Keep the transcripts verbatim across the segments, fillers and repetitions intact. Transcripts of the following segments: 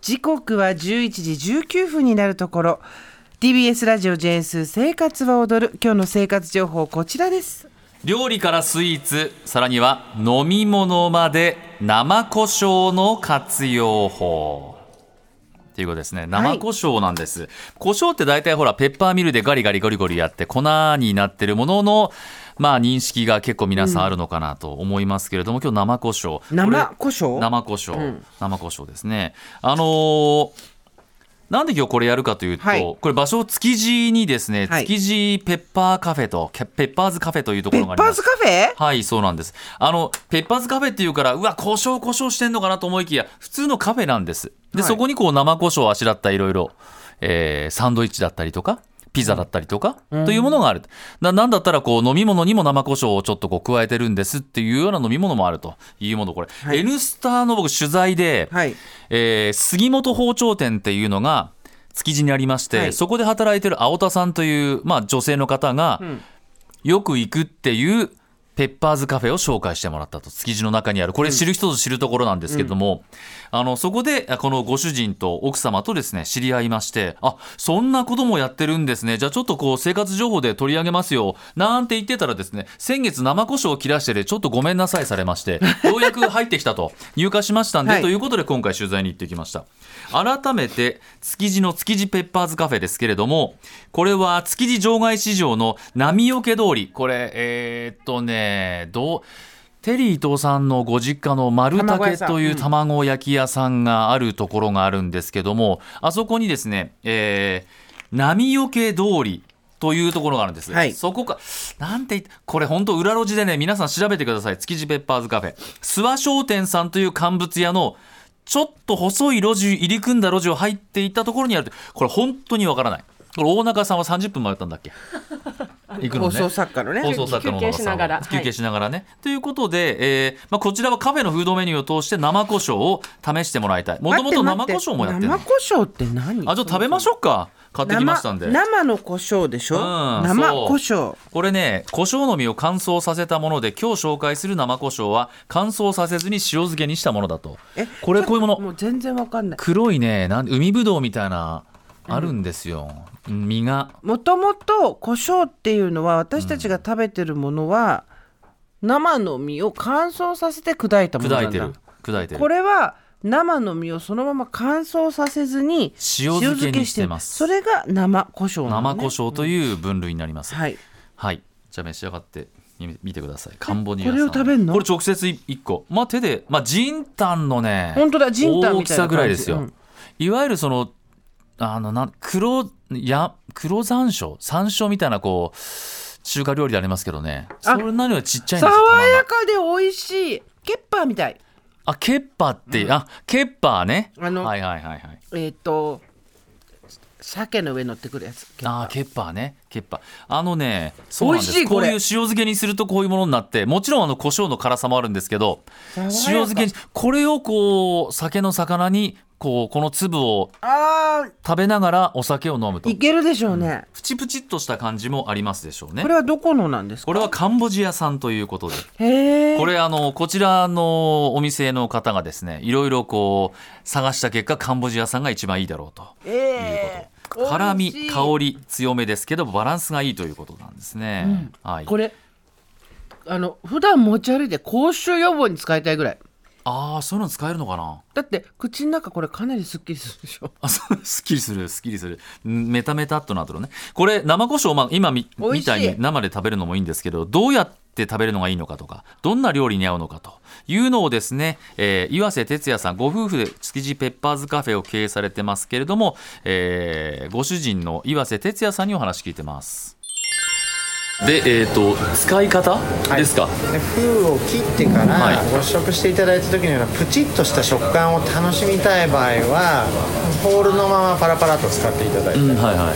時刻はじゅういちじじゅうきゅうふんになるところ。 ティービーエス ラジオジェーンスー生活は踊る。今日の生活情報こちらです。 料理からスイーツ、さらには飲み物まで生胡椒の活用法ということですね。生胡椒なんです、はい、胡椒って大体ほらペッパーミルでガリガリゴリゴリやって粉になってるものの、まあ認識が結構皆さんあるのかなと思いますけれども、うん、今日生胡椒生胡椒生胡椒、うん、生胡椒ですね。あのーなんで今日これやるかというと、はい、これ場所築地にですね、はい、築地ペッパーカフェとペッパーズカフェというところがあります。 ペッパーズカフェ？ はい、そうなんです。あのペッパーズカフェっていうから、うわ胡椒胡椒してんのかなと思いきや普通のカフェなんです。で、はい、そこにこう生胡椒をあしらったいろいろサンドイッチだったりとかピザだったりとか、うん、というものがある。な, なんだったらこう飲み物にも生胡椒をちょっとこう加えてるんですっていうような飲み物もあるというもの。これ、はい、N スターの僕取材で、はい、えー、杉本包丁店っていうのが築地にありまして、はい、そこで働いてる青田さんという、まあ、女性の方が、うん、よく行くっていうペッパーズカフェを紹介してもらったと。築地の中にある、これ知る人ぞ知るところなんですけれども、うん、あのそこでこのご主人と奥様とですね知り合いまして、あ、そんなこともやってるんですね、じゃあちょっとこう生活情報で取り上げますよなんて言ってたらですね、先月生胡椒を切らしてでちょっとごめんなさいされまして、ようやく入ってきたと入荷しましたんで、はい、ということで今回取材に行ってきました。改めて築地の築地ペッパーズカフェですけれども、これは築地場外市場の波よけ通り、これえー、っとねどうテリー伊藤さんのご実家の丸竹という卵焼き屋さんがあるところがあるんですけども、うん、あそこにですね、えー、波よけ通りというところがあるんです、はい、そこかなんてこれ本当裏路地でね、皆さん調べてください。築地ペッパーズカフェ、諏訪商店さんという乾物屋のちょっと細い路地、入り組んだ路地を入っていったところにある。これ本当にわからない。これ大中さんはさんじゅっぷん迷ったんだっけ行くのね、 放送作家のね、 放送作家の休憩しながら休憩しながらね、はい、ということで、えーまあ、こちらはカフェのフードメニューを通して生胡椒を試してもらいたい。もともと生胡椒もやってる。 生胡椒って何？ あ、ちょっと食べましょうか。買ってきましたんで。 生, 生の胡椒でしょ、うん、生胡椒。 これね、胡椒の実を乾燥させたもので、今日紹介する生胡椒は乾燥させずに塩漬けにしたものだと。 え、 これこういうもの、 もう全然わかんない。 黒いね、なん海ぶどうみたいなあるんですよ、うん、実が。 もともと胡椒っていうのは私たちが食べてるものは、うん、生の実を乾燥させて砕いたものなんだ。 砕いてる砕いてる。 これは生の実をそのまま乾燥させずに塩漬けにしてます。 それが生胡椒なのね。 生胡椒という分類になります、 うん、はい、 はい、じゃあ召し上がって見てください。カンボジア産。 これを食べるの？ これ直接いっこ、まあ、手で、まあ、ジンタンのね、 本当だ、ジンタンみたいな大きさぐらいですよ、 うん、 いわゆるそのあのな 黒, や黒山椒山椒みたいなこう中華料理でありますけどね、それなりはちっちゃいんですよ。 爽やかで美味しいケッパーみたい。 あ、ケッパーって、うん、あ、ケッパーね、 あの、 はいはいはいはい、 えっと鮭の上に乗ってくるやつ。 ケッパー。あ、ケッパーね、ケッパー。あのね、そうなんです。こういう塩漬けにするとこういうものになって、もちろんあの胡椒の辛さもあるんですけど、塩漬けにこれをこう酒の魚にこうこの粒を食べながらお酒を飲むといけるでしょうね、うん、 プチプチっとした感じもありますでしょうね。 これはどこのなんですか？ これはカンボジア産ということで、 へー、 これあのこちらのお店の方がですね、いろいろこう探した結果カンボジア産が一番いいだろうということ、辛み香り強めですけどバランスがいいということなんですね、うん、はい、 これあの普段持ち歩いて口臭予防に使いたいぐらい。 ああ、そういうの使えるのかな。 だって口の中これかなりスッキリするでしょ。 あ、そう、スッキリするスッキリするメタメタっとなってるね。これ生胡椒、まあ、今 み, みたいに生で食べるのもいいんですけど、どうやって食べるのがいいのかとか、どんな料理に合うのかというのをですね、えー、岩瀬哲也さんご夫婦で築地ペッパーズカフェを経営されてますけれども、えー、ご主人の岩瀬哲也さんにお話聞いてます。で、えー、と使い方ですか、 はい、で封を切ってからご試食していただいた時のようなプチッとした食感を楽しみたい場合はホールのままパラパラと使っていただいて、うん、はいはい、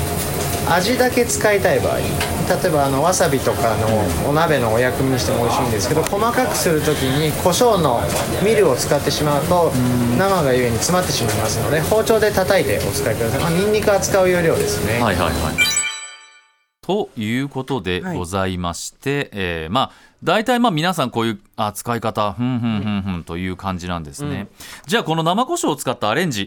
味だけ使いたい場合、例えばあのわさびとかのお鍋のお薬味にしても美味しいんですけど、細かくする時に胡椒のミルを使ってしまうと生がゆえに詰まってしまいますので、包丁で叩いてお使いください。まあ、ニンニク扱う要領ですね。 はいはいはい、ということでございまして、はい、えー、まあ大体まあ皆さんこういうあ使い方ふんふんふんふんという感じなんですね、うん、じゃあこの生胡椒を使ったアレンジ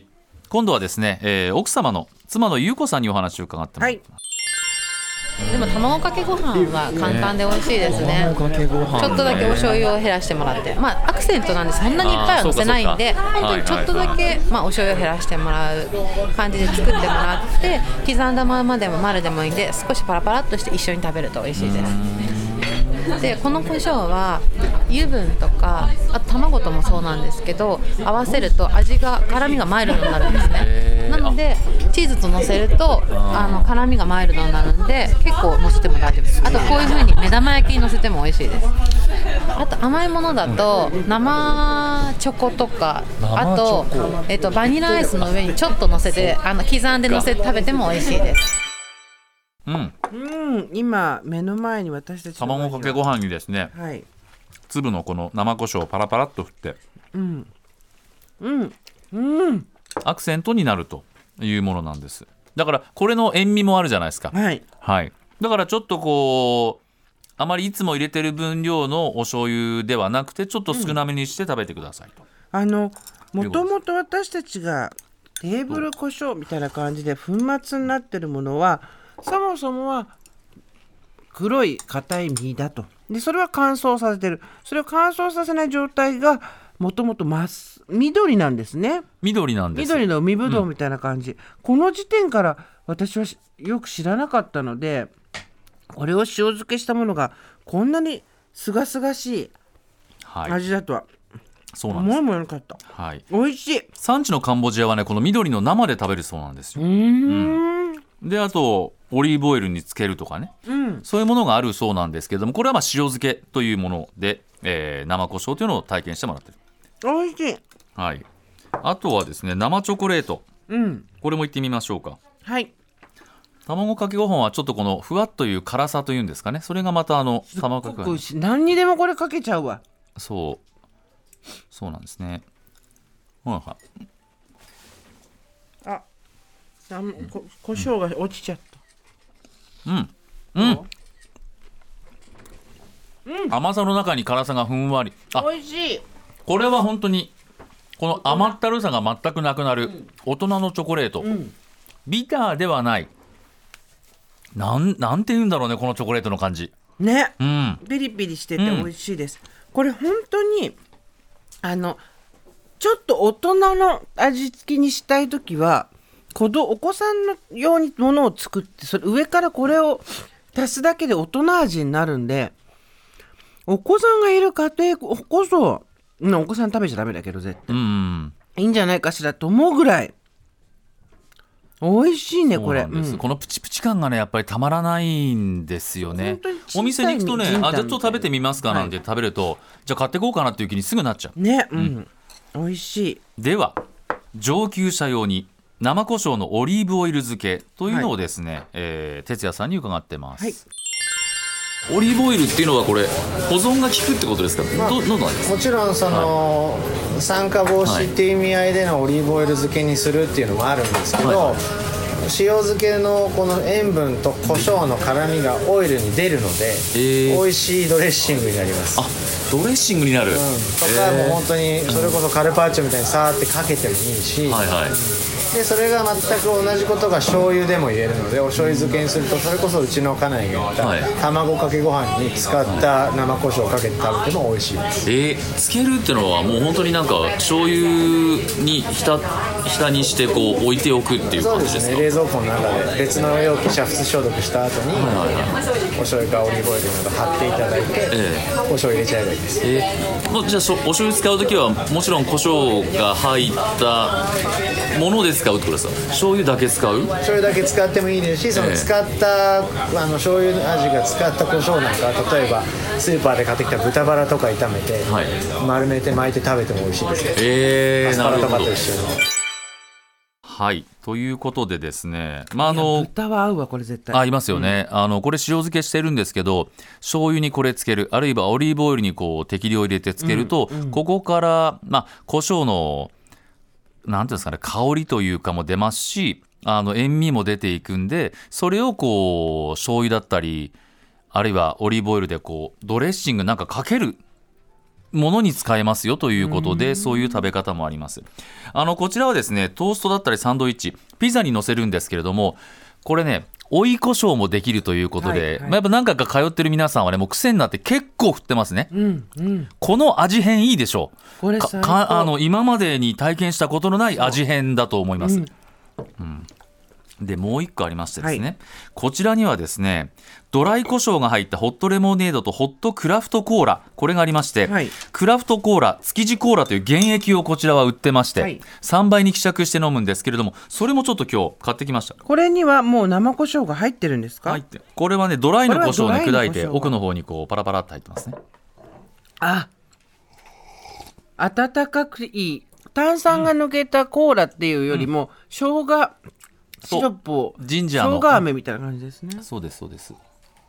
今度はですね、えー、奥様の妻の優子さんにお話を伺ってもらってます。 でも卵かけご飯は簡単で美味しいですね。 卵かけご飯、 ちょっとだけお醤油を減らしてもらって、まあアクセントなんでそんなにいっぱいはのせないんで、本当にちょっとだけまあお醤油を減らしてもらう感じで作ってもらって、刻んだままでも丸でもいいんで、少しパラパラっとして一緒に食べると美味しいです。でこの胡椒は油分とかあと卵ともそうなんですけど、合わせると味が辛みがマイルドになるんですね。なのでチーズと乗せるとあの辛みがマイルドになるんで、結構乗せても大丈夫です。あとこういう風に目玉焼きに乗せても美味しいです。あと甘いものだと生チョコとか、あと、えっと、バニラアイスの上にちょっと乗せてあの刻んで乗せて食べても美味しいです。 うん、 うん、今目の前に私たちの卵かけご飯にですね、 はい、 粒のこの生胡椒をパラパラっと振って、 うんうんうん、 アクセントになるというものなんです。だからこれの塩味もあるじゃないですか。 はい、 はい、だからちょっとこうあまりいつも入れてる分量のお醤油ではなくて、ちょっと少なめにして食べてくださいと、 うん、あのもともと私たちがテーブル胡椒みたいな感じで粉末になってるものはそもそもは黒い硬い実だと。でそれは乾燥させてる。それを乾燥させない状態がもともと緑なんですね。 緑なんです。 緑の海ぶどうみたいな感じ、うん、この時点から私はよく知らなかったので、これを塩漬けしたものがこんなにすがすがしい味だとは、はい、 そうなんです。 思いもよなかった、 はい、 美味しい。 産地のカンボジアはね、この緑の生で食べるそうなんですよ。 うーん、 うん、であとオリーブオイルにつけるとかね、 うん、 そういうものがあるそうなんですけども、これはまあ塩漬けというもので、えー、生胡椒というのを体験してもらってる。 美味しい。 はい、あとはですね、生チョコレート、 うん、 これもいってみましょうか。 はい。 卵かけご飯はちょっとこのふわっという辛さというんですかね、それがまたあの卵かけご飯、 何にでもこれかけちゃうわ。 そうそうなんですね。はいはい、 あ、あこ胡椒が落ちちゃった。 うんうん、うん、甘さの中に辛さがふんわり。あ、 美味しい。 これは本当にこの甘ったるさが全くなくなる大人のチョコレート、うん、ビターではない、なん、なんて言うんだろうね、このチョコレートの感じね、 うん、 ピリピリしてて美味しいです、うん、これ本当にあのちょっと大人の味付きにしたいときは子供お子さんの用にものを作って、それ上からこれを足すだけで大人味になるんで、お子さんがいる家庭こそ、お子さん食べちゃダメだけど絶対、うん、いいんじゃないかしらと思うぐらい美味しいねこれ。 うん、このプチプチ感がねやっぱりたまらないんですよね。お店に行くとね、あ、じゃあちょっと食べてみますかなんて食べると、はい、じゃあ買ってこうかなっていう気にすぐなっちゃうね、うんうん、美味しい。 では上級者用に生胡椒のオリーブオイル漬けというのをですね、はい、えー、哲也さんに伺ってます、はい。オリーブオイルっていうのはこれ保存が効くってことですか。まあ、どどうなんですか。 もちろんその、はい、酸化防止っていう意味合いでのオリーブオイル漬けにするっていうのもあるんですけど、はいはい、塩漬けのこの塩分と胡椒の辛みがオイルに出るので、えー、美味しいドレッシングになります。 あ、ドレッシングになる、うん、 とかもう本当にそれこそカルパッチョみたいにさーってかけてもいいし、 はいはい、 でそれが全く同じことが醤油でも言えるので、お醤油漬けにするとそれこそうちの家内が言った、はい、卵かけご飯に使った生胡椒をかけて食べても美味しいです。 えー、つけるってのはもう本当になんか醤油に浸浸にしてこう置いておくっていう感じですか。 そうですね、冷蔵庫の中で別の容器煮沸消毒した後に、はいはいはい、お醤油かオリーブオイルなど貼っていただいて、えー、お醤油入れちゃえばいいです。 えー、もうじゃあお醤油使うときはもちろん胡椒が入ったもので使うってことですか。醤油だけ使う。 醤油だけ使ってもいいですし、その使った、えー、あの醤油味が使った胡椒なんか、例えばスーパーで買ってきた豚バラとか炒めて、はい、丸めて巻いて食べても美味しいですよ。 えー、 アスパラとかと一緒に。 はい、ということでですね、まあ、あの豚は合うわこれ絶対。 合いますよね、うん、あのこれ塩漬けしてるんですけど、醤油にこれつける、あるいはオリーブオイルにこう適量入れてつけると、うんうん、ここから、まあ、胡椒のなんていうんですかね、香りというかも出ますし、あの塩味も出ていくんで、それをこう醤油だったりあるいはオリーブオイルでこうドレッシングなんかかけるものに使えますよということで、そういう食べ方もあります。あのこちらはですね、トーストだったりサンドイッチ、ピザに乗せるんですけれども、これね追い胡椒もできるということで、はいはい、まあ、やっぱ何回か通ってる皆さんはねもう癖になって結構振ってますね、うんうん、この味変いいでしょう。これ最高。かあの今までに体験したことのない味変だと思います、うんうん、でもう一個ありましてですね、はい、こちらにはですねドライ胡椒が入ったホットレモネードとホットクラフトコーラ、これがありまして、はい、クラフトコーラ、築地コーラという原液をこちらは売ってまして、はい、さんばいに希釈して飲むんですけれども、それもちょっと今日買ってきました。 これにはもう生胡椒が入ってるんですか？ 入って、これはねドライの胡椒を、ね、砕いて奥の方にこうパラパラって入ってますね。 あ、温かくいい。炭酸が抜けたコーラっていうよりも、うん、生姜シロップをジンジャーの生姜飴みたいな感じですね。 そうですそうです。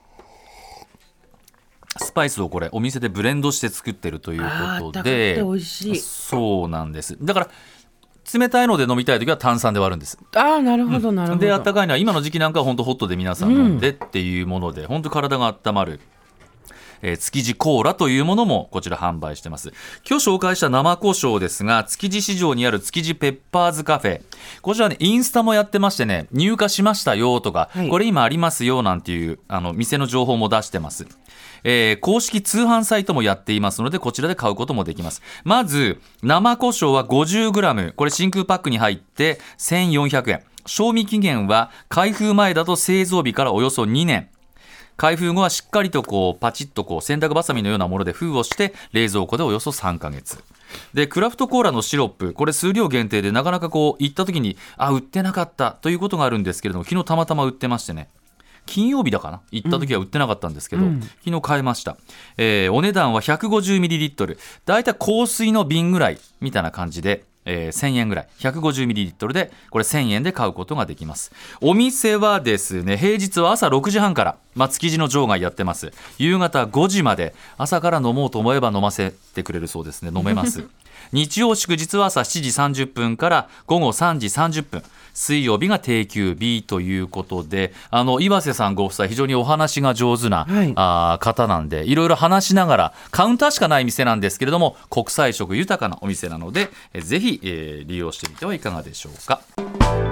スパイスをこれお店でブレンドして作ってるということで、 あ、美味しい。 そうなんです。だから冷たいので飲みたいときは炭酸で割るんです。 ああ、なるほどなるほど、 うん、で温かいのは今の時期なんかは本当ホットで皆さん飲んでっていうもので、うん、本当体が温まる、えー、築地コーラというものもこちら販売してます。今日紹介した生胡椒ですが、築地市場にある築地ペッパーズカフェ、こちらねインスタもやってましてね、入荷しましたよとか、はい、これ今ありますよなんていうあの店の情報も出してます。えー、公式通販サイトもやっていますので、こちらで買うこともできます。まず生胡椒は ごじゅうグラム、 これ真空パックに入ってせんよんひゃくえん、賞味期限は開封前だと製造日からおよそにねん、開封後はしっかりとこうパチッとこう洗濯バサミのようなもので封をして冷蔵庫でおよそさんかげつで、クラフトコーラのシロップ、これ数量限定でなかなかこう行った時にあ売ってなかったということがあるんですけれども、昨日たまたま売ってましてね、金曜日だかな、行った時は売ってなかったんですけど、うん、昨日買えました。えー、お値段は ひゃくごじゅうミリリットル、 だいたい香水の瓶ぐらいみたいな感じで、えー、せんえんぐらい、 ひゃくごじゅうミリリットル でこれせんえんで買うことができます。お店はですね、平日は朝ろくじはんから、まあ、築地の場外やってます。夕方ごじまで朝から飲もうと思えば飲ませてくれるそうですね。飲めます日曜祝日は朝しちじさんじゅっぷんから午後さんじさんじゅっぷん、水曜日が定休日ということで、あの岩瀬さんご夫妻非常にお話が上手な、はい、あ方なんで、いろいろ話しながら、カウンターしかない店なんですけれども国際色豊かなお店なので、えぜひ、えー、利用してみてはいかがでしょうか。